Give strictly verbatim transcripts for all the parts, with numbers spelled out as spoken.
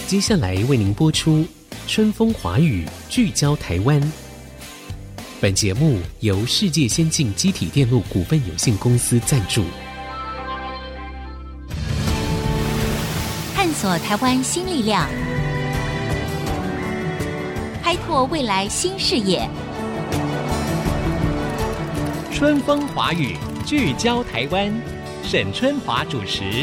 接下来为您播出春风华语，聚焦台湾。本节目由世界先进机体电路股份有限公司赞助， 探索台湾新力量，开拓未来新视野。 春风华语，聚焦台湾，沈春华主持。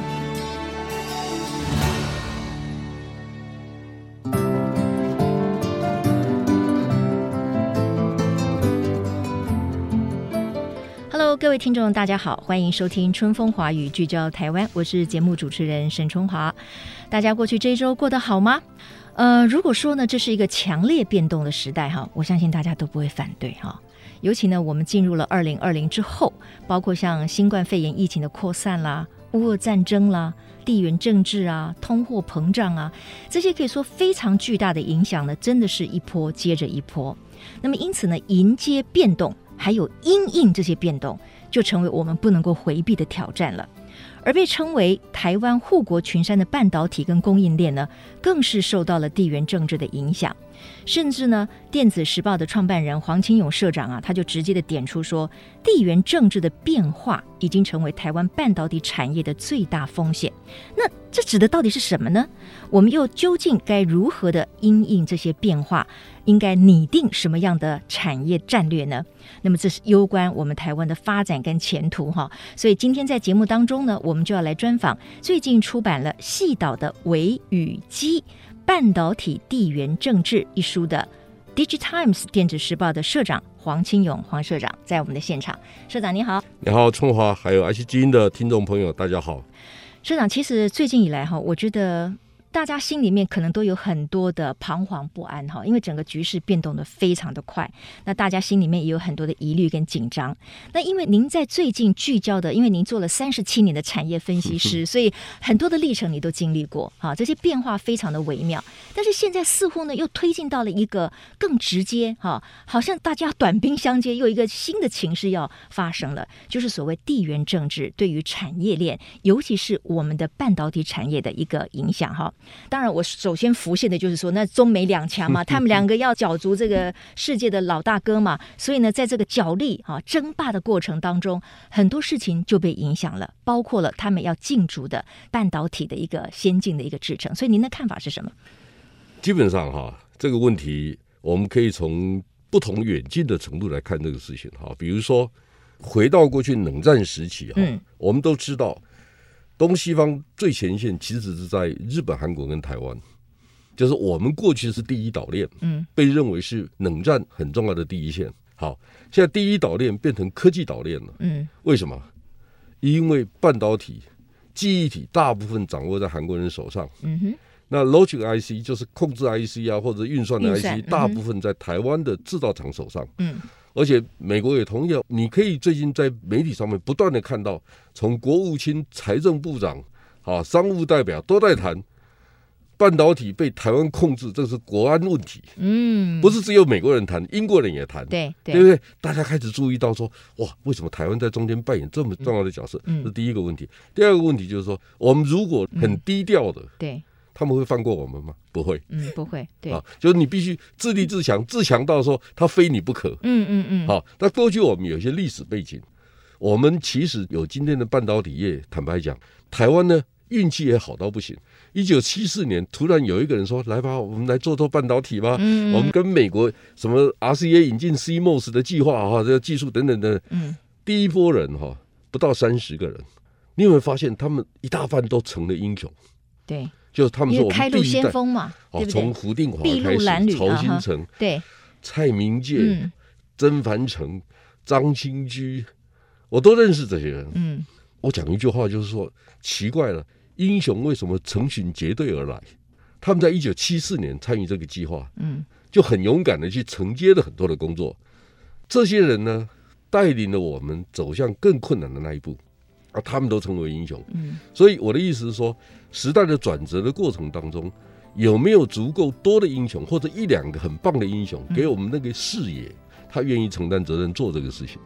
各位听众大家好，欢迎收听春风华语，聚焦台湾，我是节目主持人沈春华。大家过去这一周过得好吗？呃，如果说呢这是一个强烈变动的时代哈，我相信大家都不会反对哈。尤其呢我们进入了二零二零之后，包括像新冠肺炎疫情的扩散啦、乌俄战争啦、地缘政治啊、通货膨胀啊，这些可以说非常巨大的影响呢，真的是一波接着一波。那么因此呢，迎接变动还有因应这些变动，就成为我们不能够回避的挑战了。而被称为台湾护国群山的半导体跟供应链呢，更是受到了地缘政治的影响。甚至呢，电子时报的创办人黄清勇社长啊，他就直接的点出说，地缘政治的变化已经成为台湾半导体产业的最大风险。那这指的到底是什么呢？我们又究竟该如何的因应这些变化？应该拟定什么样的产业战略呢？那么这是攸关我们台湾的发展跟前途哈。所以今天在节目当中呢，我们就要来专访最近出版了细岛的微与机半导体地缘政治一书的 Digitimes 电子时报的社长黄清勇黄社长，在我们的现场。社长你好。 你好春华，还有爱惜基因的听众朋友大家好。 社长，其实最近以来哈，我觉得大家心里面可能都有很多的彷徨不安哈，因为整个局势变动的非常的快，那大家心里面也有很多的疑虑跟紧张。那因为您在最近聚焦的，因为您做了三十七年的产业分析师，所以很多的历程你都经历过哈，这些变化非常的微妙。但是现在似乎呢又推进到了一个更直接哈，好像大家短兵相接，又一个新的情势要发生了，就是所谓地缘政治对于产业链，尤其是我们的半导体产业的一个影响哈。当然我首先浮现的就是说，那中美两强嘛，他们两个要角逐这个世界的老大哥嘛，所以呢在这个角力啊争霸的过程当中，很多事情就被影响了，包括了他们要竞逐的半导体的一个先进的一个制程。所以您的看法是什么？ 基本上哈，这个问题我们可以从不同远近的程度来看这个事情哈。比如说回到过去冷战时期哈、嗯，我们都知道东西方最前线其实是在日本、韩国跟台湾，就是我们过去是第一岛链，嗯，被认为是冷战很重要的第一线。好，现在第一岛链变成科技岛链了，嗯，为什么？因为半导体、记忆体大部分掌握在韩国人手上，嗯哼，那 Logic I C 就是控制 I C 啊，或者运算的 I C， 嗯、大部分在台湾的制造厂手上，嗯。而且美国也同意，你可以最近在媒体上面不断的看到，从国务卿、财政部长、啊商务代表都在谈半导体被台湾控制，这是国安问题。嗯，不是只有美国人谈，英国人也谈， 对 对, 对不对？大家开始注意到说，哇，为什么台湾在中间扮演这么重要的角色？嗯，这是第一个问题。第二个问题就是说，我们如果很低调的，嗯、对。他们会放过我们吗？不会， 嗯，不会，对， 啊，就是你必须自立自强，自强到说他非你不可，嗯嗯嗯，好，那过去我们有一些历史背景，我们其实有今天的半导体业，坦白讲，台湾呢运气也好到不行。一九七四年，突然有一个人说：“来吧，我们来做做半导体吧。嗯”我们跟美国什么 R C A 引进 C M O S 的计划哈，这个技术等等等，嗯，第一波人哈不到三十个人，你有没有发现他们一大半都成了英雄？ 对。 就是他们说我们开路先锋嘛，对不对？ 从胡定华开始，曹新成、啊、 对、 蔡明介、嗯、曾凡成、张清居，我都认识这些人。嗯，我讲一句话就是说，奇怪了，英雄为什么成群结队而来？他们在一九七四年参与这个计划，嗯，就很勇敢的去承接了很多的工作。这些人呢，带领了我们走向更困难的那一步。啊，他们都成为英雄，嗯，所以我的意思是说，时代的转折的过程当中，有没有足够多的英雄，或者一两个很棒的英雄，给我们那个视野，他愿意承担责任做这个事情。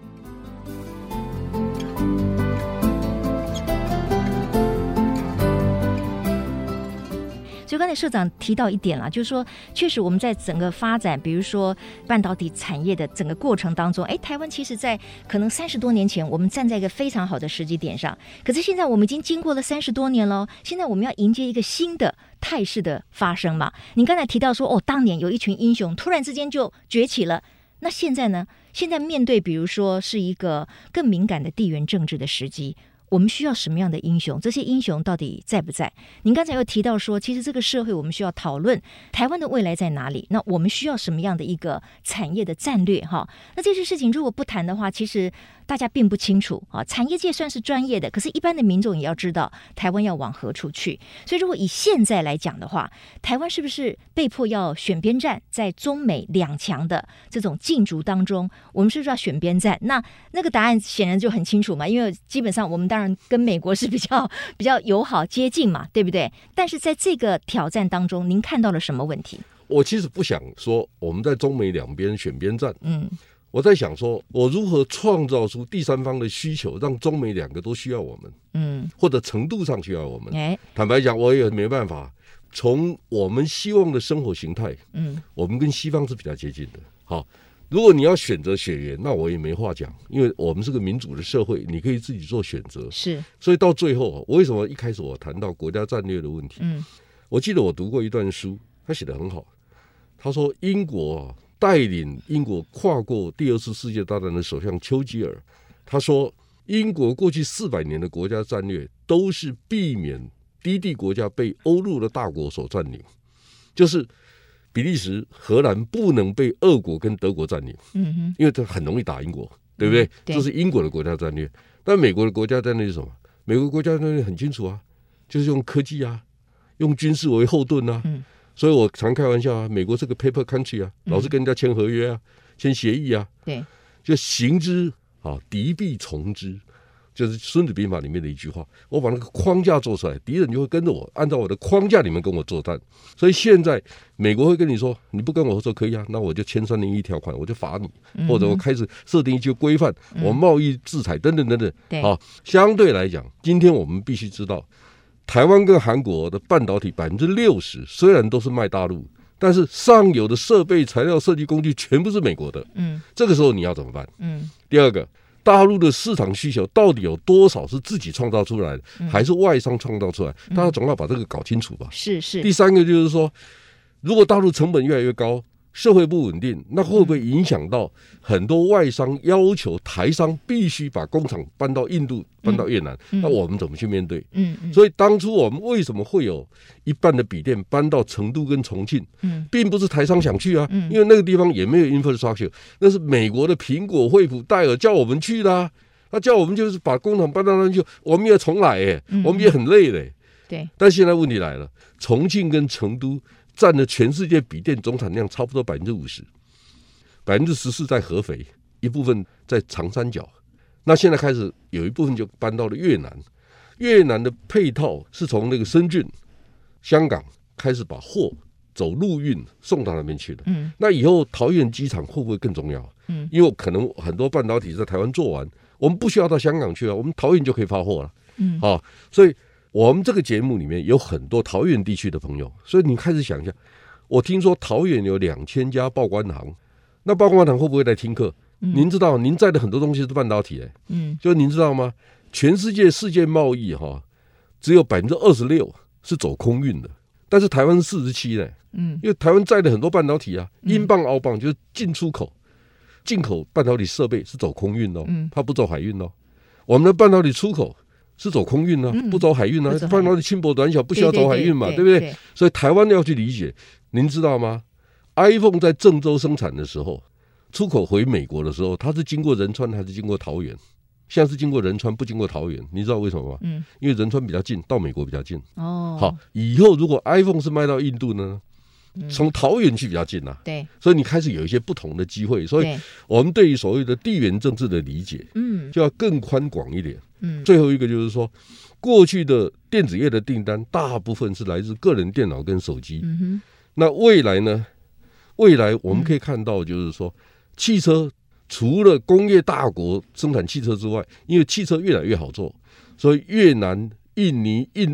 所以刚才社长提到一点啦，就是说确实我们在整个发展比如说半导体产业的整个过程当中，哎，台湾其实在可能三十多年前我们站在一个非常好的时机点上，可是现在我们已经经过了三十多年了，现在我们要迎接一个新的态势的发生嘛。您刚才提到说哦，当年有一群英雄突然之间就崛起了，那现在呢？现在面对比如说是一个更敏感的地缘政治的时机，我们需要什么样的英雄？这些英雄到底在不在？您刚才又提到说，其实这个社会我们需要讨论台湾的未来在哪里，那我们需要什么样的一个产业的战略哈？那这些事情如果不谈的话，其实大家并不清楚啊。产业界算是专业的，可是一般的民众也要知道台湾要往何处去。所以如果以现在来讲的话，台湾是不是被迫要选边站？在中美两强的这种竞逐当中，我们是不是要选边站？那那个答案显然就很清楚嘛，因为基本上我们当然跟美国是比较比较友好接近嘛，对不对？但是在这个挑战当中，您看到了什么问题？ 我其实不想说我们在中美两边选边站， 嗯， 我在想说我如何创造出第三方的需求，让中美两个都需要我们，嗯，或者程度上需要我们。哎，坦白讲，我也没办法。从我们希望的生活形态，嗯，我们跟西方是比较接近的。好，如果你要选择血缘，那我也没话讲，因为我们是个民主的社会，你可以自己做选择。是，所以到最后，我为什么一开始我谈到国家战略的问题？嗯，我记得我读过一段书，他写得很好。他说，英国带领英国跨过第二次世界大战的首相丘吉尔，他说，英国过去四百年的国家战略都是避免低地国家被欧陆的大国所占领，就是比利时、荷兰不能被俄国跟德国占领，嗯哼，因为这很容易打英国，对不对？嗯、对，这是英国的国家战略。但美国的国家战略是什么？美国国家战略很清楚啊，就是用科技啊，用军事为后盾啊。嗯，所以我常开玩笑啊，美国是个 paper country 啊，老是跟人家签合约啊，签协议啊，对，就行之啊，敌必从之。就是《孙子兵法》里面的一句话，我把那个框架做出来，敌人就会跟着我，按照我的框架里面跟我作战。所以现在美国会跟你说，你不跟我合作可以啊，那我就签三零一条款，我就罚你，嗯、或者我开始设定一些规范，嗯、我贸易制裁等等等等。对，好，相对来讲，今天我们必须知道，台湾跟韩国的半导体百分之六十虽然都是卖大陆，但是上游的设备、材料、设计工具全部是美国的。嗯，这个时候你要怎么办？嗯，第二个。大陆的市场需求到底有多少是自己创造出来的，嗯、还是外商创造出来？大家总要把这个搞清楚吧。是是。第三个就是说，如果大陆成本越来越高，社会不稳定，那会不会影响到很多外商要求台商必须把工厂搬到印度、搬到越南？嗯、那我们怎么去面对？嗯嗯。所以当初我们为什么会有一半的笔电搬到成都跟重庆？嗯，并不是台商想去啊，嗯、因为那个地方也没有 infrastructure， 那是美国的苹果、惠普、戴尔叫我们去的啊。他叫我们就是把工厂搬到那去，我们也重来哎、欸，嗯、我们也很累嘞、欸。对。但现在问题来了，重庆跟成都占了全世界笔电总产量差不多百分之五十，百分之十四在合肥，一部分在长三角。那现在开始有一部分就搬到了越南，越南的配套是从那个深圳、香港开始把货走陆运送到那边去的。嗯，那以后桃园机场会不会更重要？嗯，因为可能很多半导体在台湾做完，我们不需要到香港去啊，我们桃园就可以发货了。嗯，好、哦，所以。我们这个节目里面有很多桃园地区的朋友，所以你开始想一下，我听说桃园有两千家报关行，那报关行会不会来听课？嗯、您知道，您在的很多东西是半导体、欸，嗯，就您知道吗？全世界世界贸易哈，只有百分之二十六是走空运的，但是台湾是四十七呢，嗯，因为台湾载的很多半导体啊，英镑、澳镑就是进出口，进口半导体设备是走空运哦，嗯，它不走海运哦，我们的半导体出口。是走空运呢、啊，嗯、不走海运呢、啊。半导体轻薄短小，不需要走海运嘛， 对, 对, 对, 对, 对不对？所以台湾要去理解，您知道吗 ？iPhone 在郑州生产的时候，出口回美国的时候，它是经过仁川还是经过桃园？现在是经过仁川，不经过桃园。你知道为什么吗？嗯，因为仁川比较近，到美国比较近。哦，好，以后如果 iPhone 是卖到印度呢？从桃园去比较近啊，对，所以你开始有一些不同的机会，所以我们对于所谓的地缘政治的理解，嗯，就要更宽广一点。嗯，最后一个就是说，过去的电子业的订单大部分是来自个人电脑跟手机，嗯哼，那未来呢？未来我们可以看到，就是说，汽车除了工业大国生产汽车之外，因为汽车越来越好做，所以越南、印尼、印度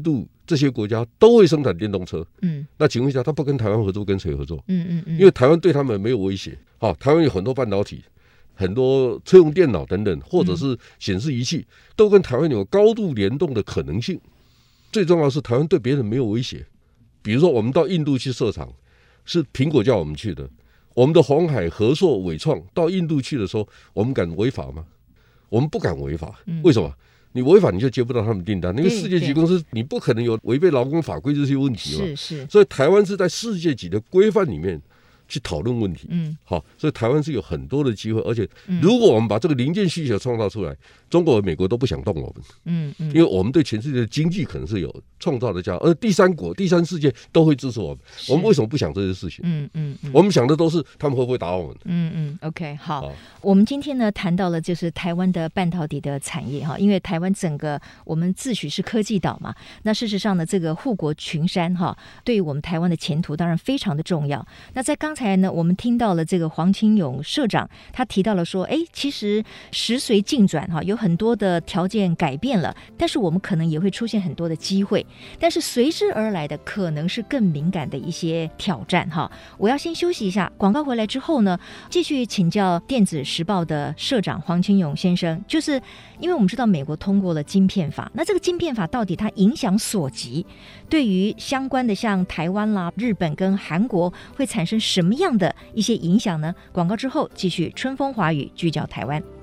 这些国家都会生产电动车， 嗯， 那请问一下，他不跟台湾合作，跟谁合作？ 嗯嗯嗯， 因为台湾对他们没有威胁，好，台湾有很多半导体、很多车用电脑等等，或者是显示仪器，都跟台湾有高度联动的可能性。最重要的是，台湾对别人没有威胁。比如说，我们到印度去设厂，是苹果叫我们去的。我们的鸿海、和硕、伟创到印度去的时候，我们敢违法吗？我们不敢违法，为什么？你违法你就接不到他们订单，因为世界级公司你不可能有违背劳工法规这些问题嘛。 是是， 所以台湾是在世界级的规范里面去讨论问题。 嗯， 好，所以台湾是有很多的机会，而且如果我们把这个零件需求创造出来，中国和美国都不想动我们。 嗯嗯， 因为我们对全世界的经济可能是有创造的价值，而第三国、第三世界都会支持我们。我们为什么不想这些事情？ 嗯嗯嗯， 我们想的都是他们会不会打我们。 嗯嗯 ，OK， 好， 好， 我们今天呢谈到了就是台湾的半导体的产业哈，因为台湾整个我们自诩是科技岛嘛，那事实上呢，这个护国群山哈，对于我们台湾的前途当然非常的重要。那在刚才呢，我们听到了这个黄清勇社长他提到了说，哎，其实时随境转哈，有很多的条件改变了，但是我们可能也会出现很多的机会，但是随之而来的可能是更敏感的一些挑战哈。我要先休息一下，广告回来之后呢，继续请教电子时报的社长黄清勇先生，就是因为我们知道美国通过了晶片法，那这个晶片法到底它影响所及，对于相关的像台湾啦、日本跟韩国会产生什么样的一些影响呢？广告之后继续春风华语聚焦台湾。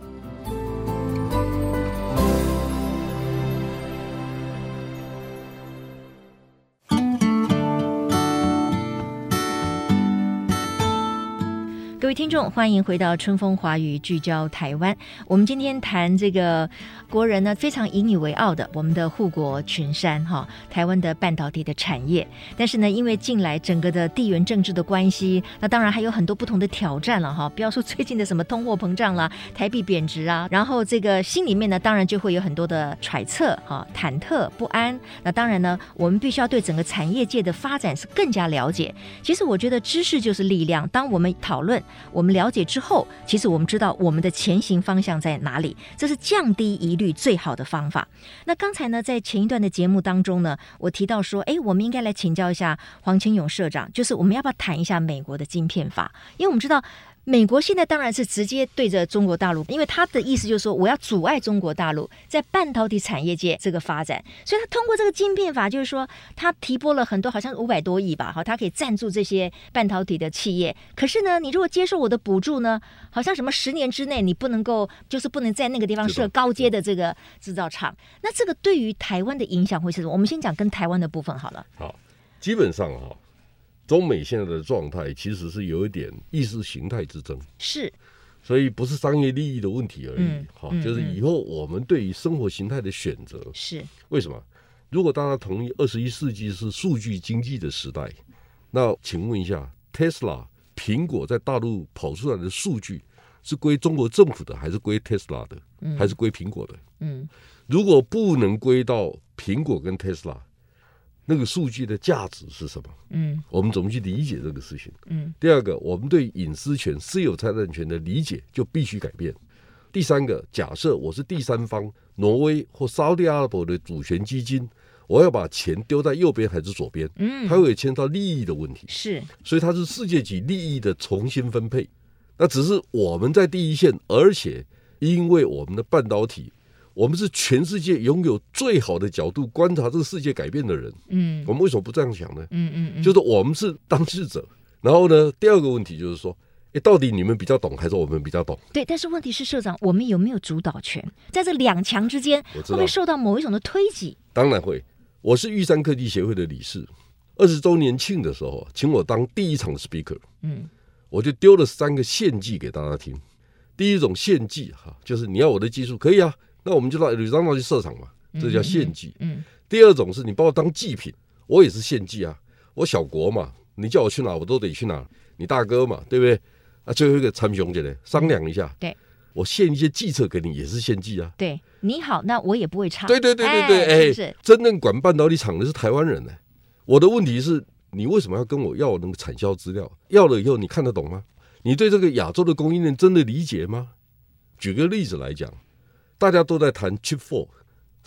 各位听众，欢迎回到春风华语聚焦台湾。我们今天谈这个国人呢非常引以为傲的我们的护国群山哈，台湾的半导体的产业。但是呢，因为近来整个的地缘政治的关系，那当然还有很多不同的挑战了哈。不要说最近的什么通货膨胀啦、台币贬值啊，然后这个心里面呢，当然就会有很多的揣测哈、忐忑不安。那当然呢，我们必须要对整个产业界的发展是更加了解。其实我觉得知识就是力量，当我们讨论我们了解之后，其实我们知道我们的前行方向在哪里，这是降低疑虑最好的方法。那刚才呢，在前一段的节目当中呢，我提到说，哎，我们应该来请教一下黄清勇社长，就是我们要不要谈一下美国的晶片法？因为我们知道美国现在当然是直接对着中国大陆，因为他的意思就是说我要阻碍中国大陆在半导体产业界这个发展，所以他通过这个晶片法，就是说他提拨了很多，好像五百多亿吧，好，他可以赞助这些半导体的企业。可是呢，你如果接受我的补助呢，好像什么十年之内你不能够，就是不能在那个地方设高阶的这个制造厂。那这个对于台湾的影响会是什么？我们先讲跟台湾的部分好了。 好，基本上哈。中美现在的状态其实是有一点意识形态之争， 是， 所以不是商业利益的问题而已。 嗯好、 嗯， 就是以后我们对于生活形态的选择是为什么？如果大家同意二十一世纪是数据经济的时代，那请问一下 ，Tesla 苹果在大陆跑出来的数据是归中国政府的，还是归 Tesla 的， 嗯、 还是归苹果的？ 嗯， 如果不能归到苹果跟 Tesla，那个数据的价值是什么？ 嗯， 我们怎么去理解这个事情？ 嗯， 第二个，我们对隐私权、私有财产权的理解就必须改变。第三个，假设我是第三方，挪威或沙特阿拉伯的主权基金，我要把钱丢在右边还是左边？嗯，它会牵到利益的问题， 是， 所以它是世界级利益的重新分配。那只是我们在第一线，而且因为我们的半导体。我们是全世界拥有最好的角度观察这个世界改变的人，嗯，我们为什么不这样想呢？嗯嗯嗯，就是我们是当事者。然后呢，第二个问题就是说，哎，到底你们比较懂还是我们比较懂？ 对，但是问题是社长，我们有没有主导权？在这两强之间，会不会受到某一种的推挤？ 当然会。我是玉山科技协会的理事，二十周年庆的时候，请我当第一场的 speaker， 嗯，我就丢了三个献技给大家听。第一种献技哈，就是你要我的技术可以啊。那我们就到吕章道去设厂嘛，这叫献技。嗯，嗯第二种是你把我当祭品，我也是献技啊，我小国嘛，你叫我去哪我都得去哪，你大哥嘛，对不对？啊，最后一个参雄姐嘞，商量一下，嗯、 对， 我献一些计策给你，也是献技啊。 对，你好，那我也不会差。 对对对对对，哎，哎是真正管半导体厂的是台湾人呢、欸。我的问题是，你为什么要跟我要那个产销资料？要了以后你看得懂吗？你对这个亚洲的供应链真的理解吗？举个例子来讲。大家都在谈 Chip 四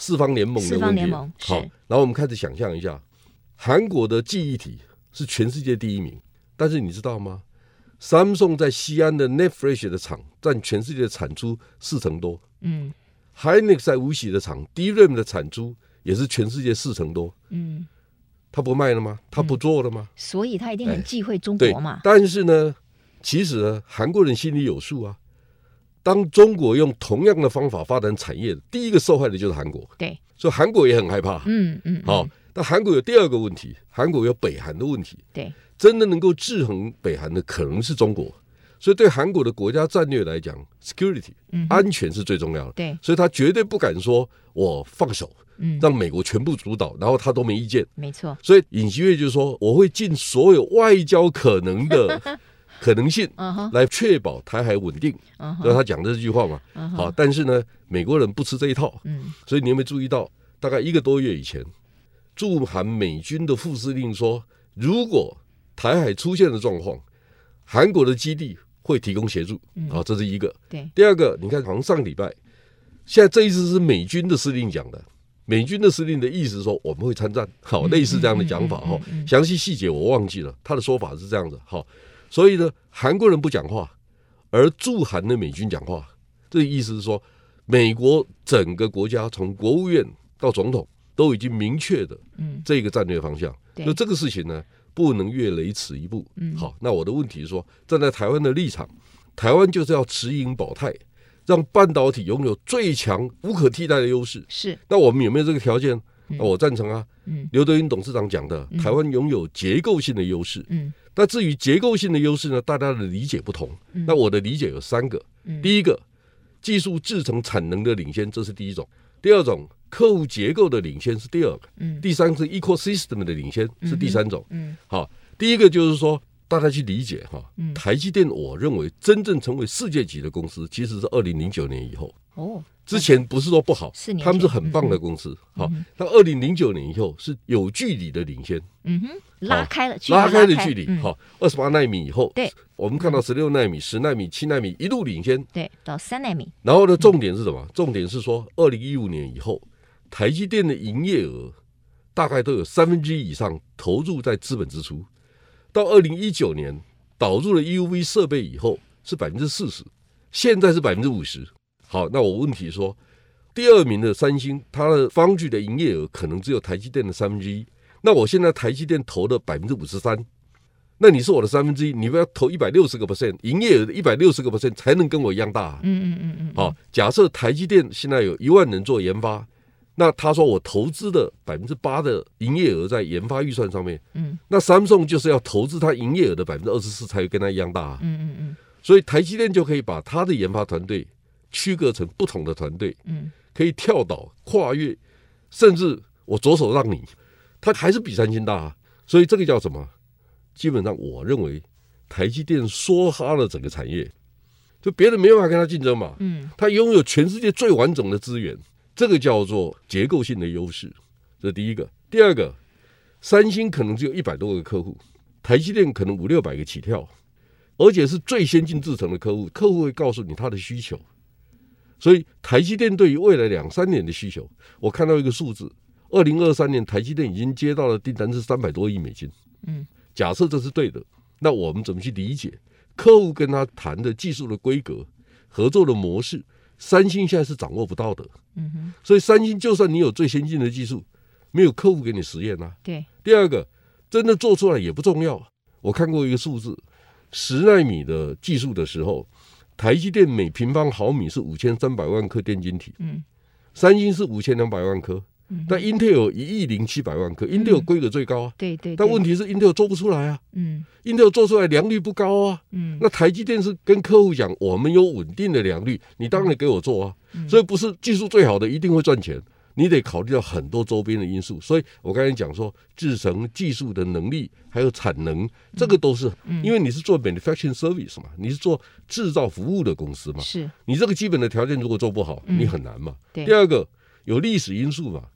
四方联盟的问题。 四方联盟好，然后我们开始想象一下，韩国的记忆体是全世界第一名，但是你知道吗 ？Samsung 在西安的 Net Flash 的厂占全世界的产出四成多。嗯 ，Hynix 在无锡的厂 D R A M 的产出也是全世界四成多。嗯，他不卖了吗？他不做了吗？ 嗯、所以他一定很忌讳中国嘛。 但是呢，其实呢，韩国人心里有数啊。当中国用同样的方法发展产业，第一个受害的就是韩国。 对， 所以韩国也很害怕。 嗯嗯。 好，但韩国有第二个问题，韩国有北韩的问题。 对， 真的能够制衡北韩的可能是中国。所以对韩国的国家战略来讲 ，security、嗯、安全是最重要的。 对， 所以他绝对不敢说我放手，嗯、让美国全部主导，然后他都没意见。 没错。 所以尹锡悦就说，我会尽所有外交可能的可能性来确保台海稳定。uh-huh. 所以他讲的这句话嘛。Uh-huh. 好，但是呢，美国人不吃这一套。嗯，所以你有没有注意到，大概一个多月以前，驻韩美军的副司令说，如果台海出现的状况，韩国的基地会提供协助。嗯，好，这是一个。 对， 第二个，你看，好像上个礼拜，现在这一次是美军的司令讲的。美军的司令的意思是说我们会参战，好，类似这样的讲法哈。详细细节我忘记了，他的说法是这样子。好，所以呢，韩国人不讲话，而驻韩的美军讲话，这个意思是说，美国整个国家从国务院到总统都已经明确的这个战略方向。嗯、就这个事情呢，不能越雷池一步。嗯、好，那我的问题是说，站在台湾的立场，台湾就是要持盈保泰。让半导体拥有最强无可替代的优势。 是， 那我们有没有这个条件？嗯、我赞成啊。嗯、刘德音董事长讲的，台湾拥有结构性的优势。嗯，那至于结构性的优势呢，大家的理解不同。嗯、那我的理解有三个。嗯、第一个，技术制程产能的领先，这是第一种；第二种，客户结构的领先是第二个；嗯、第三是 ecosystem 的领先是第三种。嗯，好，第一个就是说。大家去理解哈，嗯、台积电，我认为真正成为世界级的公司，其实是二零零九年以后。哦，之前不是说不好，他们是很棒的公司。好、嗯，那二零零九年以后是有距离的领先， 嗯哼，拉开了距离，拉开了距离。好、嗯，二十八奈米以后， 对， 我们看到十六奈米、十奈米、七奈米一路领先， 对，到三奈米。 然后呢，重点是什么？重点是说，二零一五年以后，台积电的营业额大概都有三分之一以上投入在资本支出，到二零一九年。导入了 E U V 设备以后是百分之四十，现在是百分之五十。好，那我问题说，第二名的三星，它的方具的营业额可能只有台积电的三分之一。那我现在台积电投了百分之五十三，那你是我的三分之一，你不要投一百六十个 percent， 营业额的一百六十个 percent 才能跟我一样大、啊。嗯嗯嗯嗯。好，假设台积电现在有一万人做研发。那他说我投资的百分之八的营业额在研发预算上面，嗯，那 Samsung 就是要投资他营业额的百分之二十四才会跟他一样大、啊，嗯嗯嗯，所以台积电就可以把他的研发团队区隔成不同的团队，嗯，可以跳岛跨越，甚至我左手让你，他还是比三星大、啊，所以这个叫什么？基本上我认为台积电梭哈了整个产业，就别人没办法跟他竞争嘛，嗯，他拥有全世界最完整的资源。这个叫做结构性的优势，这是第一个。第二个，三星可能只有一百多个客户，台积电可能五六百个起跳，而且是最先进制程的客户，客户会告诉你他的需求。所以台积电对于未来两三年的需求，我看到一个数字，二零二三年台积电已经接到了订单是三百多亿美金。嗯，假设这是对的，那我们怎么去理解客户跟他谈的技术的规格、合作的模式？三星现在是掌握不到的，嗯哼，所以三星就算你有最先进的技术，没有客户给你实验啊。 对。 第二个，真的做出来也不重要。我看过一个数字，十奈米的技术的时候，台积电每平方毫米是五千三百万颗电晶体，嗯，三星是五千两百万颗。但 Intel 有一亿零七百万颗、嗯、，Intel 规格最高啊， 对 对, 对。 但问题是 Intel 做不出来啊，嗯 ，Intel 做出来良率不高啊，嗯。那台积电是跟客户讲，我们有稳定的良率，你当然给我做啊，嗯、所以不是技术最好的一定会赚钱，你得考虑到很多周边的因素。所以我刚才讲说，制程技术的能力还有产能，这个都是，嗯、因为你是做 manufacturing service 嘛，你是做制造服务的公司嘛， 是你这个基本的条件如果做不好，嗯、你很难嘛。 对。 第二个有历史因素嘛。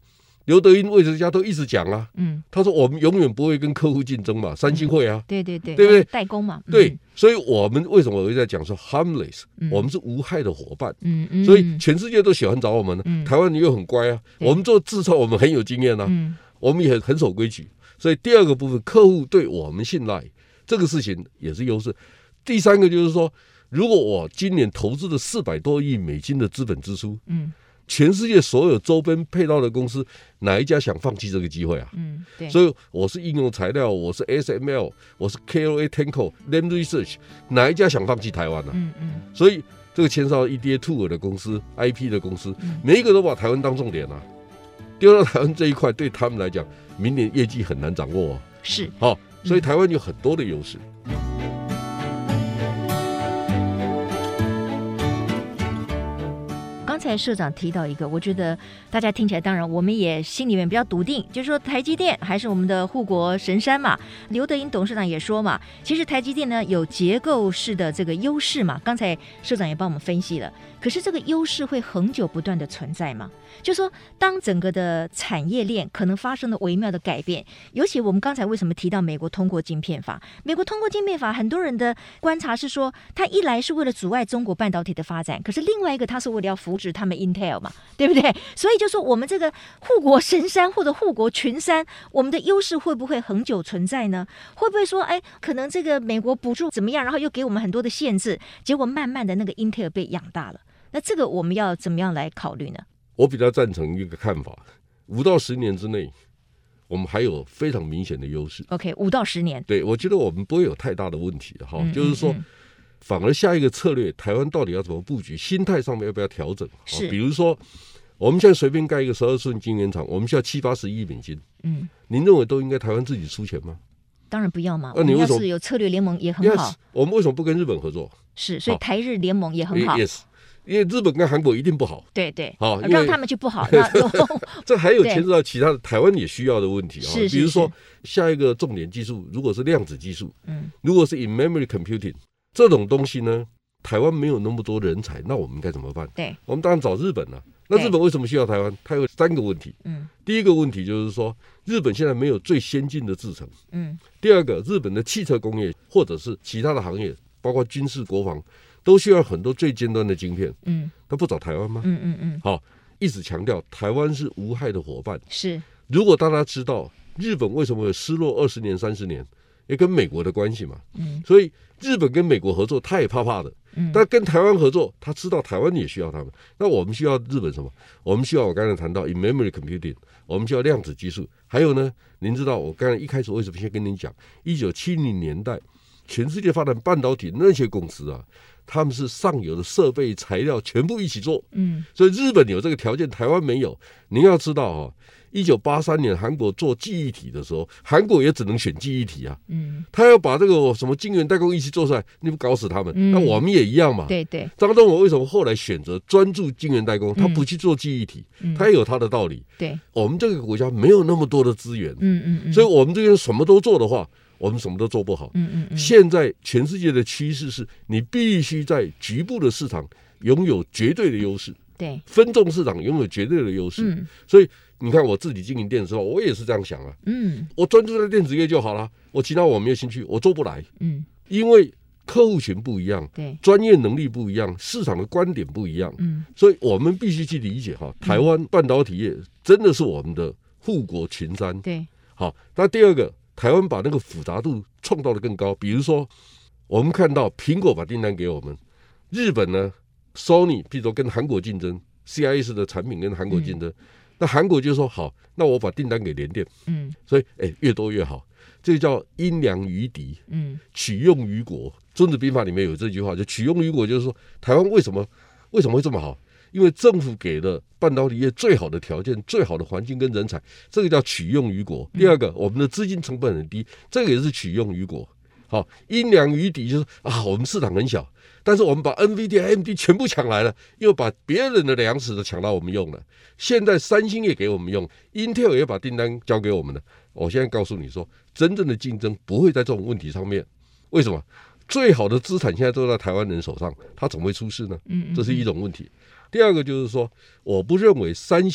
刘德音、魏哲家都一直讲啊， 嗯， 他说我们永远不会跟客户竞争嘛，三星会啊， 对对对， 对不对？ 代工嘛，嗯、 对，所以我们为什么我在讲说 harmless，、嗯、我们是无害的伙伴， 嗯嗯， 所以全世界都喜欢找我们、嗯、台湾人又很乖啊，我们做制造我们很有经验啊，嗯、我们也很守规矩，所以第二个部分，客户对我们信赖，这个事情也是优势。第三个就是说，如果我今年投资了四百多亿美金的资本支出，嗯。全世界所有周边配套的公司，哪一家想放弃这个机会啊？嗯，对。所以我是应用材料，我是 S M L， 我是 K O A Tenko、Lam Research， 哪一家想放弃台湾呢、啊？嗯嗯。所以这个牵涉到 E D A Tool 的公司、I P 的公司，每一个都把台湾当重点啊。丢到台湾这一块，对他们来讲，明年业绩很难掌握、啊。 是。 好、哦，所以台湾有很多的优势。 刚才社长提到一个，我觉得大家听起来，当然我们也心里面比较笃定，就是说台积电还是我们的护国神山嘛。刘德音董事长也说嘛，其实台积电呢有结构式的这个优势嘛。刚才社长也帮我们分析了，可是这个优势会恒久不断的存在吗？就是说，当整个的产业链可能发生了微妙的改变，尤其我们刚才为什么提到美国通过晶片法？美国通过晶片法，很多人的观察是说，它一来是为了阻碍中国半导体的发展，可是另外一个它是为了要扶持他们 Intel 嘛，对不对？所以就说我们这个护国神山或者护国群山，我们的优势会不会恒久存在呢？会不会说，哎，可能这个美国补助怎么样，然后又给我们很多的限制，结果慢慢的那个 Intel 被养大了？那这个我们要怎么样来考虑呢？ 我比较赞成一个看法，五到十年之内，我们还有非常明显的优势。 OK， 五到十年， 对，我觉得我们不会有太大的问题哈、嗯。就是说，反而下一个策略，台湾到底要怎么布局？心态上面要不要调整？是，比如说，我们现在随便盖一个十二寸晶圆厂，我们需要七八十亿美金。嗯，您认为都应该台湾自己出钱吗？ 当然不要嘛。那、啊、你为什么？要是有策略联盟也很好。 Yes, 我们为什么不跟日本合作？ 是，所以台日联盟也很好。 Yes。因为日本跟韩国一定不好， 对对，好，让他们去不好。那这还有牵涉到其他的台湾也需要的问题啊，比如说下一个重点技术，如果是量子技术，嗯，如果是 in memory computing 这种东西呢，台湾没有那么多人才，那我们该怎么办？对，我们当然找日本了、啊。那日本为什么需要台湾？它有三个问题，嗯，第一个问题就是说，日本现在没有最先进的制程，嗯，第二个，日本的汽车工业或者是其他的行业，包括军事国防。都需要很多最尖端的晶片，嗯，他不找台湾吗？嗯嗯嗯，好，一直强调台湾是无害的伙伴。是，如果大家知道日本为什么会失落二十年、三十年，也跟美国的关系嘛，嗯，所以日本跟美国合作，他也怕怕的，嗯，但跟台湾合作，他知道台湾也需要他们。那我们需要日本什么？我们需要我刚才谈到 in memory computing， 我们需要量子技术，还有呢，您知道我刚才一开始为什么先跟您讲，一九七零年代全世界发展半导体那些公司啊。他们是上游的设备材料全部一起做，嗯，所以日本有这个条件，台湾没有。您要知道啊，一九八三年韩国做记忆体的时候，韩国也只能选记忆体啊，嗯，他要把这个什么晶圆代工一起做出来，你不搞死他们？嗯、那我们也一样嘛。对对。张忠谋为什么后来选择专注晶圆代工，他不去做记忆体，嗯、他也有他的道理。对，我们这个国家没有那么多的资源，嗯嗯嗯，所以我们这边什么都做的话。我们什么都做不好。嗯嗯嗯。现在全世界的趋势是，你必须在局部的市场拥有绝对的优势。对。分众市场拥有绝对的优势。嗯。所以你看，我自己经营电子的话，我也是这样想啊。嗯。我专注在电子业就好了，我其他我没有兴趣，我做不来。嗯。因为客户群不一样，对，专业能力不一样，市场的观点不一样。嗯。所以我们必须去理解哈，台湾半导体业真的是我们的护国群山。对。好，那第二个。台湾把那个复杂度创造得更高，比如说，我们看到苹果把订单给我们，日本呢 ，Sony， 譬如说跟韩国竞争 ，C I S 的产品跟韩国竞争，嗯、那韩国就说好，那我把订单给联电，嗯，所以哎越多越好，这个叫因良于敌，嗯，取用于国。孙子兵法里面有这句话，就取用于国，就是说台湾为什么为什么会这么好？因为政府给了半导体业最好的条件、最好的环境跟人才，这个叫取用于国。第二个，我们的资金成本很低，这个也是取用于国。好，因良于敌就是啊，我们市场很小，但是我们把 N V D A M D 全部抢来了，又把别人的粮食都抢到我们用了。现在三星也给我们用 ，Intel 也把订单交给我们了。我现在告诉你说，真正的竞争不会在这种问题上面。为什么？最好的资产现在都在台湾人手上，他怎么会出事呢？这是一种问题。第二个就是说，我不认为三星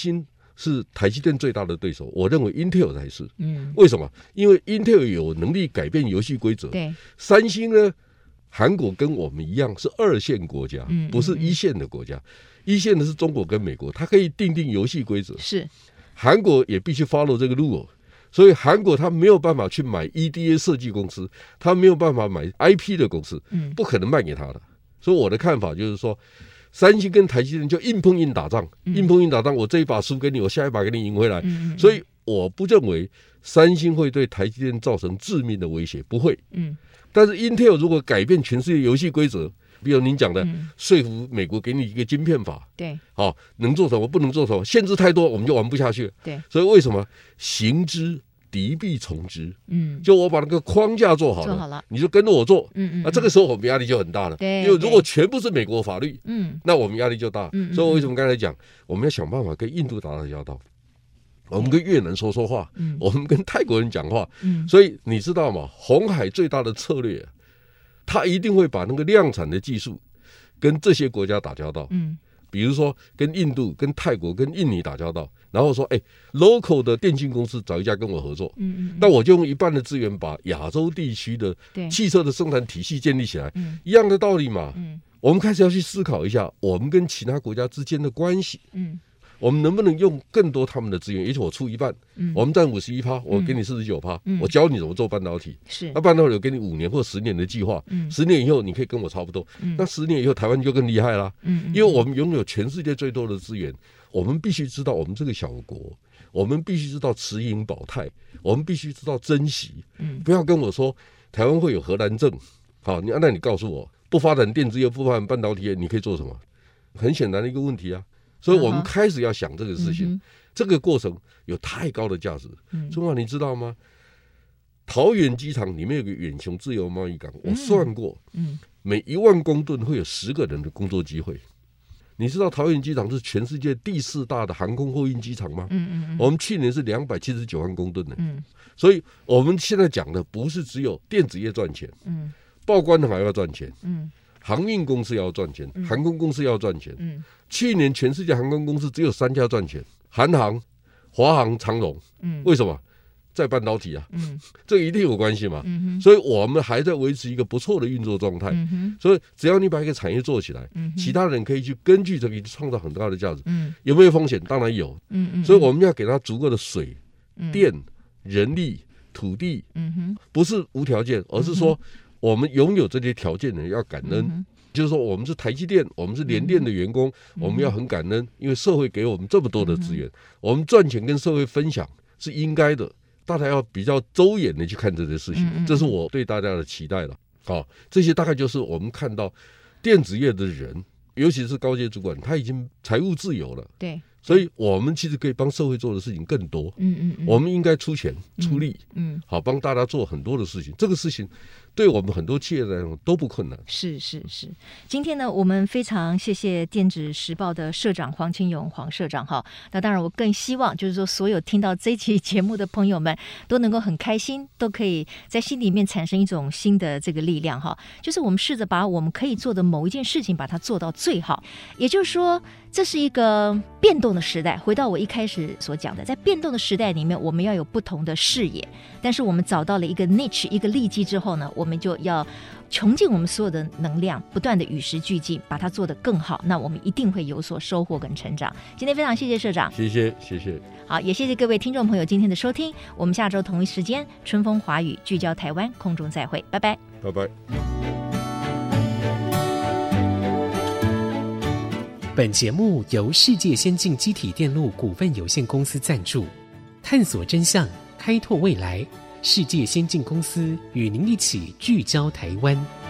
是台积电最大的对手，我认为 Intel 才是。 嗯， 为什么？因为 Intel 有能力改变游戏规则。 对， 三星呢，韩国跟我们一样是二线国家， 嗯、 不是一线的国家。一线的是中国跟美国，它可以定定游戏规则。 是， 韩国也必须 follow 这个 rule， 所以韩国它没有办法去买 E D A 设计公司，它没有办法买 I P 的公司， 嗯， 不可能卖给他的。所以我的看法就是说，三星跟台积电就硬碰硬打仗，嗯、硬碰硬打仗，我这一把输给你，我下一把给你赢回来。嗯嗯嗯，所以我不认为三星会对台积电造成致命的威胁，不会。嗯，但是 Intel 如果改变全世界游戏规则，比如您讲的、嗯、说服美国给你一个晶片法， 对， 好、哦，能做什么不能做什么，限制太多我们就玩不下去。 对， 所以为什么行之敌必从之？嗯，就我把那个框架做好了， 做好了， 你就跟着我做。 嗯嗯， 那、啊、这个时候我们压力就很大了。 对， 因为如果全部是美国法律， 嗯， 那我们压力就大。 嗯， 所以我为什么刚才讲，我们要想办法跟印度打打交道。我们跟越南说说话，嗯，我们跟泰国人讲话，嗯，所以你知道吗？鸿海最大的策略，他一定会把那个量产的技术跟这些国家打交道，嗯，比如说跟印度、跟泰国、跟印尼打交道，然后说，哎 ，local 的电信公司找一家跟我合作，嗯嗯，那我就用一半的资源把亚洲地区的汽车的生产体系建立起来，嗯，一样的道理嘛，嗯，我们开始要去思考一下我们跟其他国家之间的关系，嗯。我们能不能用更多他们的资源？也许我出一半，嗯、我们占五十一趴，我给你四十九趴，我教你怎么做半导体。 是， 那半导体我给你五年或十年的计划，嗯、十年以后你可以跟我差不多。嗯、那十年以后台湾就更厉害啦，嗯、因为我们拥有全世界最多的资源。我们必须知道我们这个小国，我们必须知道持盈保泰，我们必须知道珍惜。嗯、不要跟我说台湾会有荷兰症，好，你那你告诉我，不发展电子业，不发展半导体业，你可以做什么？很显然的一个问题啊。所以我们开始要想这个事情，嗯、这个过程有太高的价值。中华、嗯，你知道吗？桃园机场里面有个远雄自由贸易港，我算过，嗯、每一万公吨会有十个人的工作机会。你知道桃园机场是全世界第四大的航空货运机场吗？嗯嗯嗯、我们去年是两百七十九万公吨的。嗯、所以我们现在讲的不是只有电子业赚钱，嗯、报关行要赚钱。嗯，航运公司要赚钱，嗯、航空公司要赚钱。嗯，去年全世界航空公司只有三家赚钱：韩航、华航、长荣。嗯，为什么？在半导体啊，嗯，这个一定有关系嘛。嗯、所以我们还在维持一个不错的运作状态。嗯、所以只要你把一个产业做起来，嗯、其他人可以去根据这个创造很大的价值。嗯、有没有风险？当然有。嗯、所以我们要给他足够的水、嗯、电、人力、土地。嗯、不是无条件，而是说。我们拥有这些条件的人要感恩，嗯、就是说我们是台积电，我们是联电的员工，嗯、我们要很感恩，因为社会给我们这么多的资源，嗯、我们赚钱跟社会分享是应该的，大家要比较周延的去看这些事情，嗯、这是我对大家的期待了。好，这些大概就是我们看到电子业的人，尤其是高阶主管，他已经财务自由了。对。所以我们其实可以帮社会做的事情更多，嗯嗯嗯，我们应该出钱出力，嗯，嗯好帮大家做很多的事情。这个事情对我们很多企业来讲都不困难。 是是是，今天呢，我们非常谢谢电子时报的社长黄清勇黄社长哈。那当然，我更希望就是说，所有听到这期节目的朋友们都能够很开心，都可以在心里面产生一种新的这个力量哈。就是我们试着把我们可以做的某一件事情，把它做到最好。也就是说，这是一个变动的时代，回到我一开始所讲的，在变动的时代里面，我们要有不同的视野。但是我们找到了一个 niche 一个利基之后呢，我们就要穷尽我们所有的能量，不断的与时俱进，把它做得更好，那我们一定会有所收获跟成长。今天非常谢谢社长， 谢谢谢谢。 好，也谢谢各位听众朋友今天的收听，我们下周同一时间春风华语聚焦台湾空中再会，拜拜拜拜。 本节目由世界先进机体电路股份有限公司赞助，探索真相，开拓未来。世界先进公司与您一起聚焦台湾。